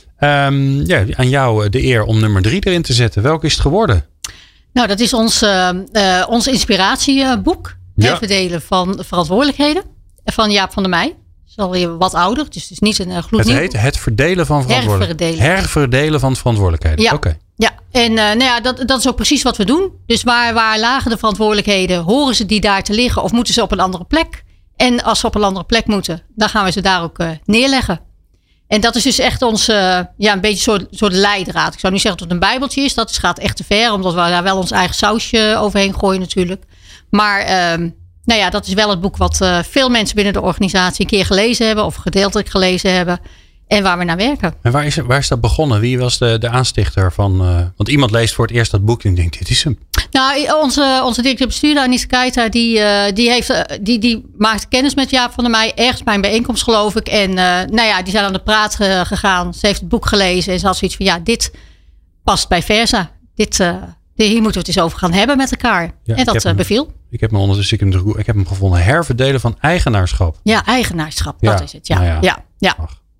Aan jou de eer om nummer 3 erin te zetten. Welke is het geworden? Nou, dat is ons inspiratieboek. Ja. Verdelen van verantwoordelijkheden. Van Jaap van der Meij. Is alweer wat ouder. Dus het is niet een gloednieuw. Het heet Het verdelen van verantwoordelijkheden. Herverdelen van verantwoordelijkheden. Ja. Okay. Ja, en dat is ook precies wat we doen. Dus waar lagen de verantwoordelijkheden? Horen ze die daar te liggen of moeten ze op een andere plek? En als ze op een andere plek moeten, dan gaan we ze daar ook neerleggen. En dat is dus echt een beetje een soort leidraad. Ik zou niet zeggen dat het een bijbeltje is. Dat gaat echt te ver, omdat we daar wel ons eigen sausje overheen gooien natuurlijk. Maar dat is wel het boek wat veel mensen binnen de organisatie een keer gelezen hebben of gedeeltelijk gelezen hebben. En waar we naar werken. En waar is dat begonnen? Wie was de aanstichter van? Want iemand leest voor het eerst dat boek en denkt, dit is hem. Nou, onze directeur-bestuurder Anissa Keita, die maakte kennis met Jaap van der Meij ergens bij een bijeenkomst, geloof ik. En die zijn aan de praat gegaan. Ze heeft het boek gelezen en ze had zoiets van, dit past bij Versa. Hier moeten we het eens over gaan hebben met elkaar. Ja, en dat beviel. Ik heb hem gevonden. Herverdelen van eigenaarschap. Ja, eigenaarschap. Dat is het. Ja.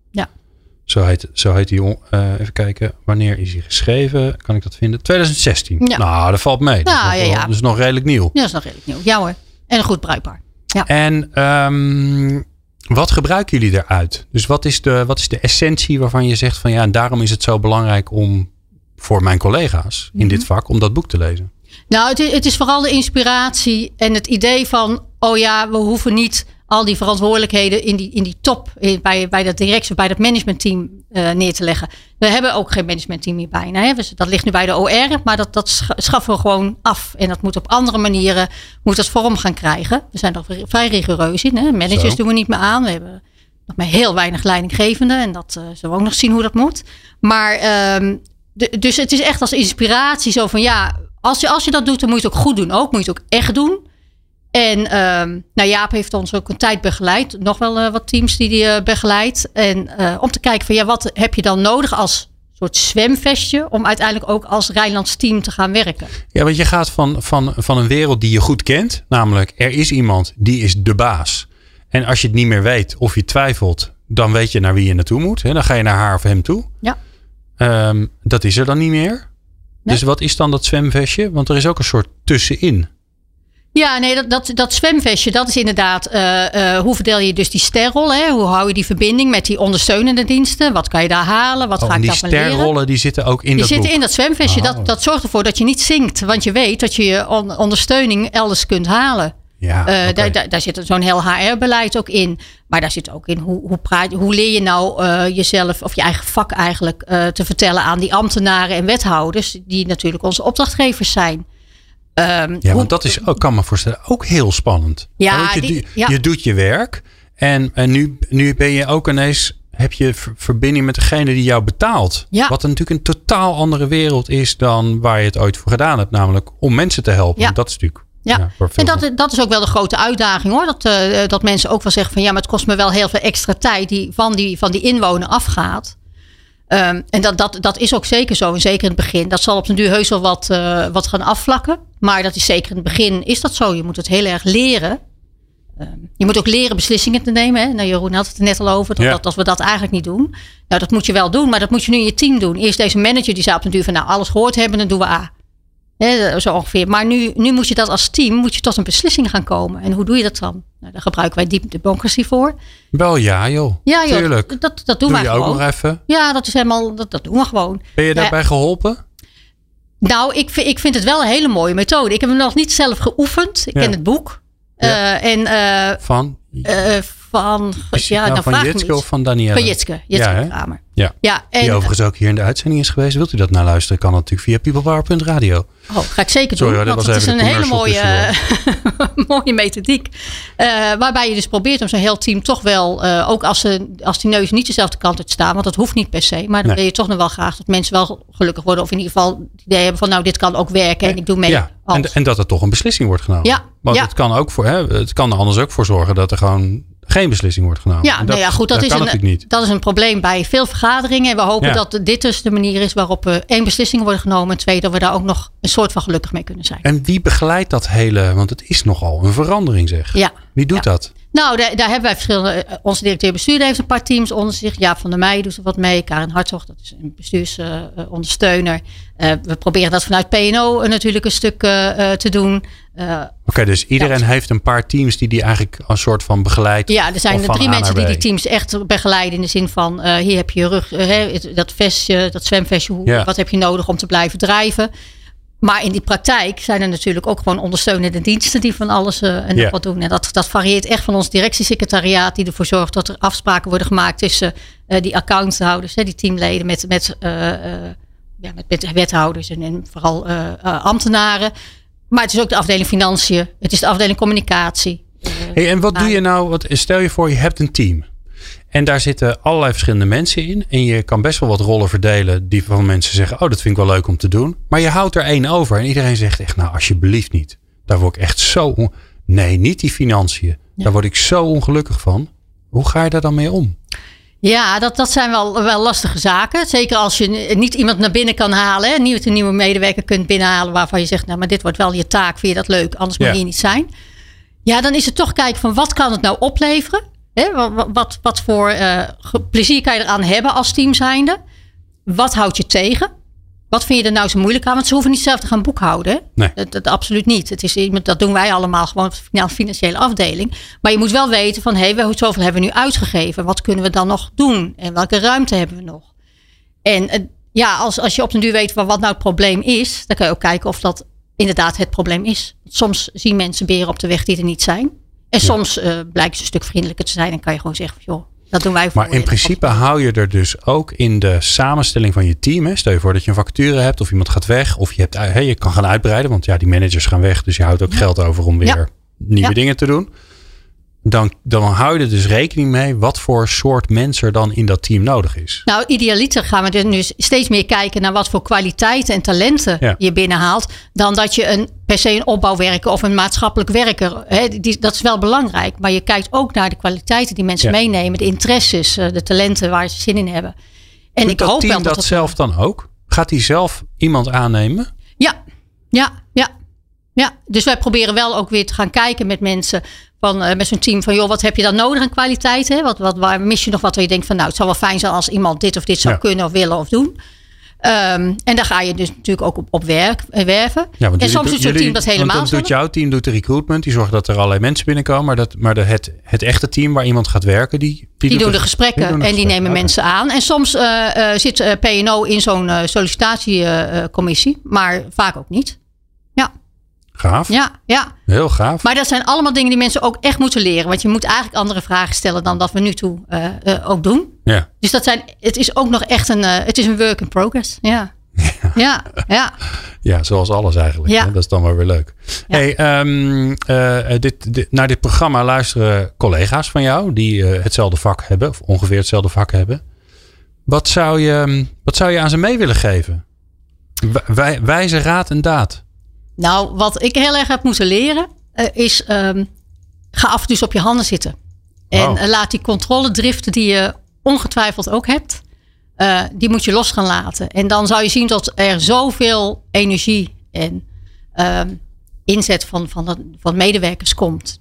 Zo heet die. Even kijken. Wanneer is hij geschreven? Kan ik dat vinden? 2016. Ja. Nou, dat valt mee. Dat is nog redelijk nieuw. Ja, dat is nog redelijk nieuw. Ja hoor. En goed bruikbaar. Ja. En wat gebruiken jullie eruit? Dus wat is de essentie waarvan je zegt van en daarom is het zo belangrijk om voor mijn collega's in dit vak om dat boek te lezen? Nou, het is vooral de inspiratie en het idee van, we hoeven niet al die verantwoordelijkheden in die top, bij dat directie, bij dat managementteam neer te leggen. We hebben ook geen managementteam meer bijna. Hè? Dat ligt nu bij de OR, maar dat schaffen we gewoon af. En dat moet op andere manieren, moet dat vorm gaan krijgen. We zijn er vrij rigoureus in. Hè? Managers doen we niet meer aan. We hebben nog maar heel weinig leidinggevenden. En dat zullen we ook nog zien hoe dat moet. Maar dus het is echt als inspiratie zo van als je dat doet, dan moet je het ook goed doen. Moet je het ook echt doen. En Jaap heeft ons ook een tijd begeleid. Nog wel wat teams die hij begeleidt. En om te kijken van wat heb je dan nodig als soort zwemvestje om uiteindelijk ook als Rijnlands team te gaan werken. Ja, want je gaat van een wereld die je goed kent. Namelijk, er is iemand die is de baas. En als je het niet meer weet of je twijfelt, dan weet je naar wie je naartoe moet. Hè? Dan ga je naar haar of hem toe. Ja. Dat is er dan niet meer. Nee. Dus wat is dan dat zwemvestje? Want er is ook een soort tussenin. Ja, nee, dat zwemvestje, dat is inderdaad hoe verdeel je dus die sterrol? Hè? Hoe hou je die verbinding met die ondersteunende diensten? Wat kan je daar halen? Wat ga ik daarvan leren? Die sterrollen die zitten ook in dat boek? Die zitten in dat zwemvestje. Dat zorgt ervoor dat je niet zinkt. Want je weet dat je ondersteuning elders kunt halen. Ja, daar zit zo'n heel HR-beleid ook in. Maar daar zit ook in hoe leer je nou jezelf of je eigen vak eigenlijk te vertellen aan die ambtenaren en wethouders. Die natuurlijk onze opdrachtgevers zijn. Want dat is ook, kan me voorstellen, ook heel spannend. Ja, je doet je werk en nu ben je ook ineens, heb je verbinding met degene die jou betaalt. Ja. Wat natuurlijk een totaal andere wereld is dan waar je het ooit voor gedaan hebt. Namelijk om mensen te helpen. Ja. Dat is natuurlijk... en dat is ook wel de grote uitdaging hoor. Dat mensen ook wel zeggen van maar het kost me wel heel veel extra tijd die van die inwoner afgaat. En dat is ook zeker zo. En zeker in het begin. Dat zal op den duur heus wel wat gaan afvlakken. Maar dat is zeker in het begin is dat zo. Je moet het heel erg leren. Je moet ook leren beslissingen te nemen. Hè? Nou, Jeroen had het er net al over. Dat we dat eigenlijk niet doen. Nou, dat moet je wel doen. Maar dat moet je nu in je team doen. Eerst deze manager die zou op den duur van alles gehoord hebben. Dan doen we A. Zo ongeveer. Maar nu moet je dat als team tot een beslissing gaan komen. En hoe doe je dat dan? Nou, daar gebruiken wij deep democracy voor. Wel joh. Ja joh. Tuurlijk. Dat doen wij gewoon. Doe je ook nog even? Ja, dat is helemaal. Dat doen we gewoon. Ben je daarbij geholpen? Nou, ik vind het wel een hele mooie methode. Ik heb hem nog niet zelf geoefend. Ik ken het boek. Van Jitske of van Danielle? Van Jitske Kramer. Ja. En, die overigens ook hier in de uitzending is geweest. Wilt u dat nou luisteren? Kan dat natuurlijk via peoplepower.radio. Ga ik zeker doen. Sorry, want het is een hele mooie methodiek. Waarbij je dus probeert om zo'n heel team toch wel... ook als die neus niet dezelfde kant uit staan. Want dat hoeft niet per se. Maar dan wil je toch nog wel graag dat mensen wel gelukkig worden. Of in ieder geval het idee hebben van dit kan ook werken. En ik doe mee. Ja. En dat er toch een beslissing wordt genomen. Ja. Want het kan ook het kan er anders ook voor zorgen dat er gewoon geen beslissing wordt genomen. Ja, dat is een probleem bij veel vergaderingen. En we hopen dat dit dus de manier is waarop 1 beslissing wordt genomen. En 2, dat we daar ook nog een soort van gelukkig mee kunnen zijn. En wie begeleidt dat hele, want het is nogal een verandering zeg. Ja. Wie doet dat? Nou, daar hebben wij verschillende. Onze directeur-bestuurder heeft een paar teams onder zich. Jaap van der Meij doet er wat mee. Karin Hartog, dat is een bestuursondersteuner. We proberen dat vanuit P&O natuurlijk een stuk te doen. Oké, dus iedereen heeft een paar teams die eigenlijk een soort van begeleidt. Ja, er zijn 3 mensen die teams echt begeleiden. In de zin van, hier heb je je rug, dat vestje, dat zwemvestje. Wat heb je nodig om te blijven drijven? Maar in die praktijk zijn er natuurlijk ook gewoon ondersteunende diensten die van alles en nog wat doen. En dat varieert echt van ons directiesecretariaat die ervoor zorgt dat er afspraken worden gemaakt tussen die accounthouders, die teamleden met wethouders en vooral ambtenaren. Maar het is ook de afdeling financiën. Het is de afdeling communicatie. En wat doe je nou? Stel je voor je hebt een team. En daar zitten allerlei verschillende mensen in. En je kan best wel wat rollen verdelen. Die van mensen zeggen, dat vind ik wel leuk om te doen. Maar je houdt er 1 over. En iedereen zegt echt, nou alsjeblieft niet. Daar word ik echt zo... Nee, niet die financiën. Ja. Daar word ik zo ongelukkig van. Hoe ga je daar dan mee om? Ja, dat zijn wel lastige zaken. Zeker als je niet iemand naar binnen kan halen. Een nieuwe medewerker kunt binnenhalen waarvan je zegt, nou, maar dit wordt wel je taak. Vind je dat leuk? Anders moet je hier niet zijn. Ja, dan is het toch kijken van wat kan het nou opleveren? Wat voor plezier kan je eraan hebben als team zijnde? Wat houdt je tegen? Wat vind je er nou zo moeilijk aan? Want ze hoeven niet zelf te gaan boekhouden. Nee. Dat absoluut niet. Dat doen wij allemaal gewoon op de financiële afdeling. Maar je moet wel weten van zoveel hebben we nu uitgegeven. Wat kunnen we dan nog doen? En welke ruimte hebben we nog? En als je op den duur weet wat nou het probleem is. Dan kan je ook kijken of dat inderdaad het probleem is. Soms zien mensen beren op de weg die er niet zijn. En soms blijken ze een stuk vriendelijker te zijn. En kan je gewoon zeggen van dat doen wij voor. Maar in principe hou je er dus ook in de samenstelling van je team. Hè? Stel je voor dat je een vacature hebt of iemand gaat weg. Of je kan gaan uitbreiden. Want die managers gaan weg. Dus je houdt ook geld over om weer nieuwe dingen te doen. Dan hou je er dus rekening mee wat voor soort mensen er dan in dat team nodig is. Nou, idealiter gaan we nu steeds meer kijken naar wat voor kwaliteiten en talenten je binnenhaalt. Dan dat je per se een opbouwwerker of een maatschappelijk werker. Dat is wel belangrijk. Maar je kijkt ook naar de kwaliteiten die mensen meenemen. De interesses, de talenten waar ze zin in hebben. En ik hoop wel dat zelf dan ook? Gaat hij zelf iemand aannemen? Ja, dus wij proberen wel ook weer te gaan kijken met mensen met zo'n team van wat heb je dan nodig aan kwaliteiten? Waar mis je nog wat waar je denkt van het zou wel fijn zijn als iemand dit of dit zou kunnen of willen of doen. En daar ga je dus natuurlijk ook op werven. Ja, en soms doet zo'n team dat helemaal zelf. Doet jouw team de recruitment, die zorgt dat er allerlei mensen binnenkomen. Maar het echte team waar iemand gaat werken, die doen de gesprekken en die nemen mensen aan. En soms zit P&O in zo'n sollicitatiecommissie, maar vaak ook niet. Ja. Gaaf. Ja. Heel gaaf. Maar dat zijn allemaal dingen die mensen ook echt moeten leren. Want je moet eigenlijk andere vragen stellen dan dat we nu toe ook doen. Ja. Dus het is ook nog echt een work in progress. Ja. Ja, zoals alles eigenlijk. Ja. Hè? Dat is dan wel weer leuk. Ja. Hey, naar dit programma luisteren collega's van jou die hetzelfde vak hebben. Of ongeveer hetzelfde vak hebben. Wat zou je aan ze mee willen geven? Wijze raad en daad. Nou, wat ik heel erg heb moeten leren is ga af en toe op je handen zitten. En laat die controledriften die je ongetwijfeld ook hebt, die moet je los gaan laten. En dan zou je zien dat er zoveel energie en inzet van medewerkers komt.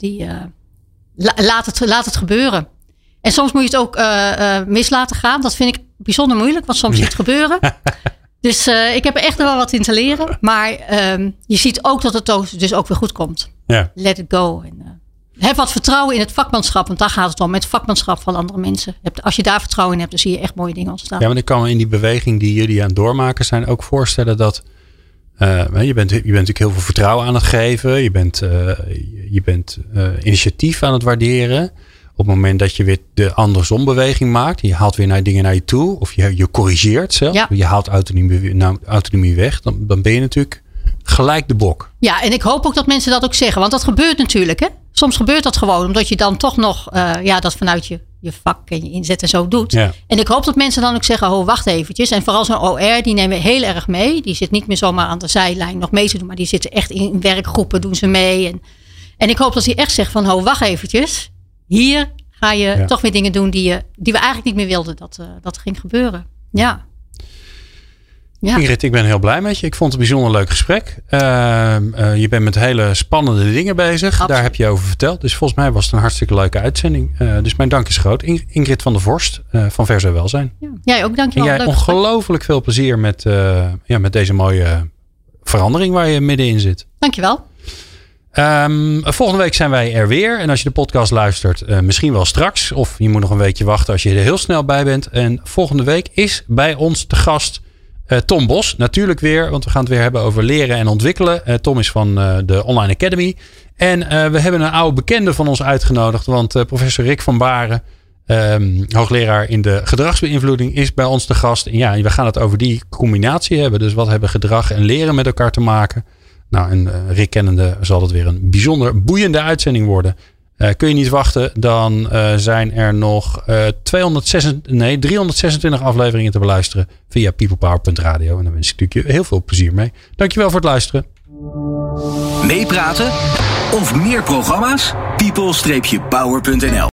Laat het gebeuren. En soms moet je het ook mis laten gaan. Dat vind ik bijzonder moeilijk, want soms zie je het gebeuren. Dus ik heb er echt wel wat in te leren. Maar je ziet ook dat het dus ook weer goed komt. Ja. Let it go. En, heb wat vertrouwen in het vakmanschap. Want daar gaat het om. Met het vakmanschap van andere mensen. Als je daar vertrouwen in hebt, dan zie je echt mooie dingen ontstaan. Ja, want ik kan me in die beweging die jullie aan het doormaken zijn ook voorstellen dat je bent natuurlijk heel veel vertrouwen aan het geven. Je bent initiatief aan het waarderen. Op het moment dat je weer de andersombeweging maakt. Je haalt weer dingen naar je toe. Of je corrigeert zelf. Ja. Je haalt autonomie weg. Dan ben je natuurlijk gelijk de bok. Ja, en ik hoop ook dat mensen dat ook zeggen. Want dat gebeurt natuurlijk. Hè? Soms gebeurt dat gewoon. Omdat je dan toch nog dat vanuit je vak en je inzet en zo doet. Ja. En ik hoop dat mensen dan ook zeggen. Wacht eventjes. En vooral zo'n OR, die nemen heel erg mee. Die zit niet meer zomaar aan de zijlijn nog mee te doen. Maar die zitten echt in werkgroepen. Doen ze mee. En ik hoop dat die echt zegt van wacht eventjes. Hier ga je toch weer dingen doen die we eigenlijk niet meer wilden dat ging gebeuren. Ja. Ingrid, ik ben heel blij met je. Ik vond het een bijzonder leuk gesprek. Je bent met hele spannende dingen bezig. Absoluut. Daar heb je over verteld. Dus volgens mij was het een hartstikke leuke uitzending. Dus mijn dank is groot. Ingrid van der Vorst van Versa Welzijn. Ja. Jij ook, dankjewel. En jij ongelooflijk veel plezier met deze mooie verandering waar je middenin zit. Dankjewel. Volgende week zijn wij er weer. En als je de podcast luistert, misschien wel straks. Of je moet nog een weekje wachten als je er heel snel bij bent. En volgende week is bij ons te gast Tom Bos. Natuurlijk weer, want we gaan het weer hebben over leren en ontwikkelen. Tom is van de Online Academy. En we hebben een oude bekende van ons uitgenodigd. Want professor Rick van Baren, hoogleraar in de gedragsbeïnvloeding, is bij ons te gast. En we gaan het over die combinatie hebben. Dus wat hebben gedrag en leren met elkaar te maken? Nou, en Rick kennende zal het weer een bijzonder boeiende uitzending worden. Kun je niet wachten, dan zijn er nog 326 afleveringen te beluisteren via peoplepower.radio. En daar wens ik natuurlijk heel veel plezier mee. Dankjewel voor het luisteren. Meepraten of meer programma's? people-power.nl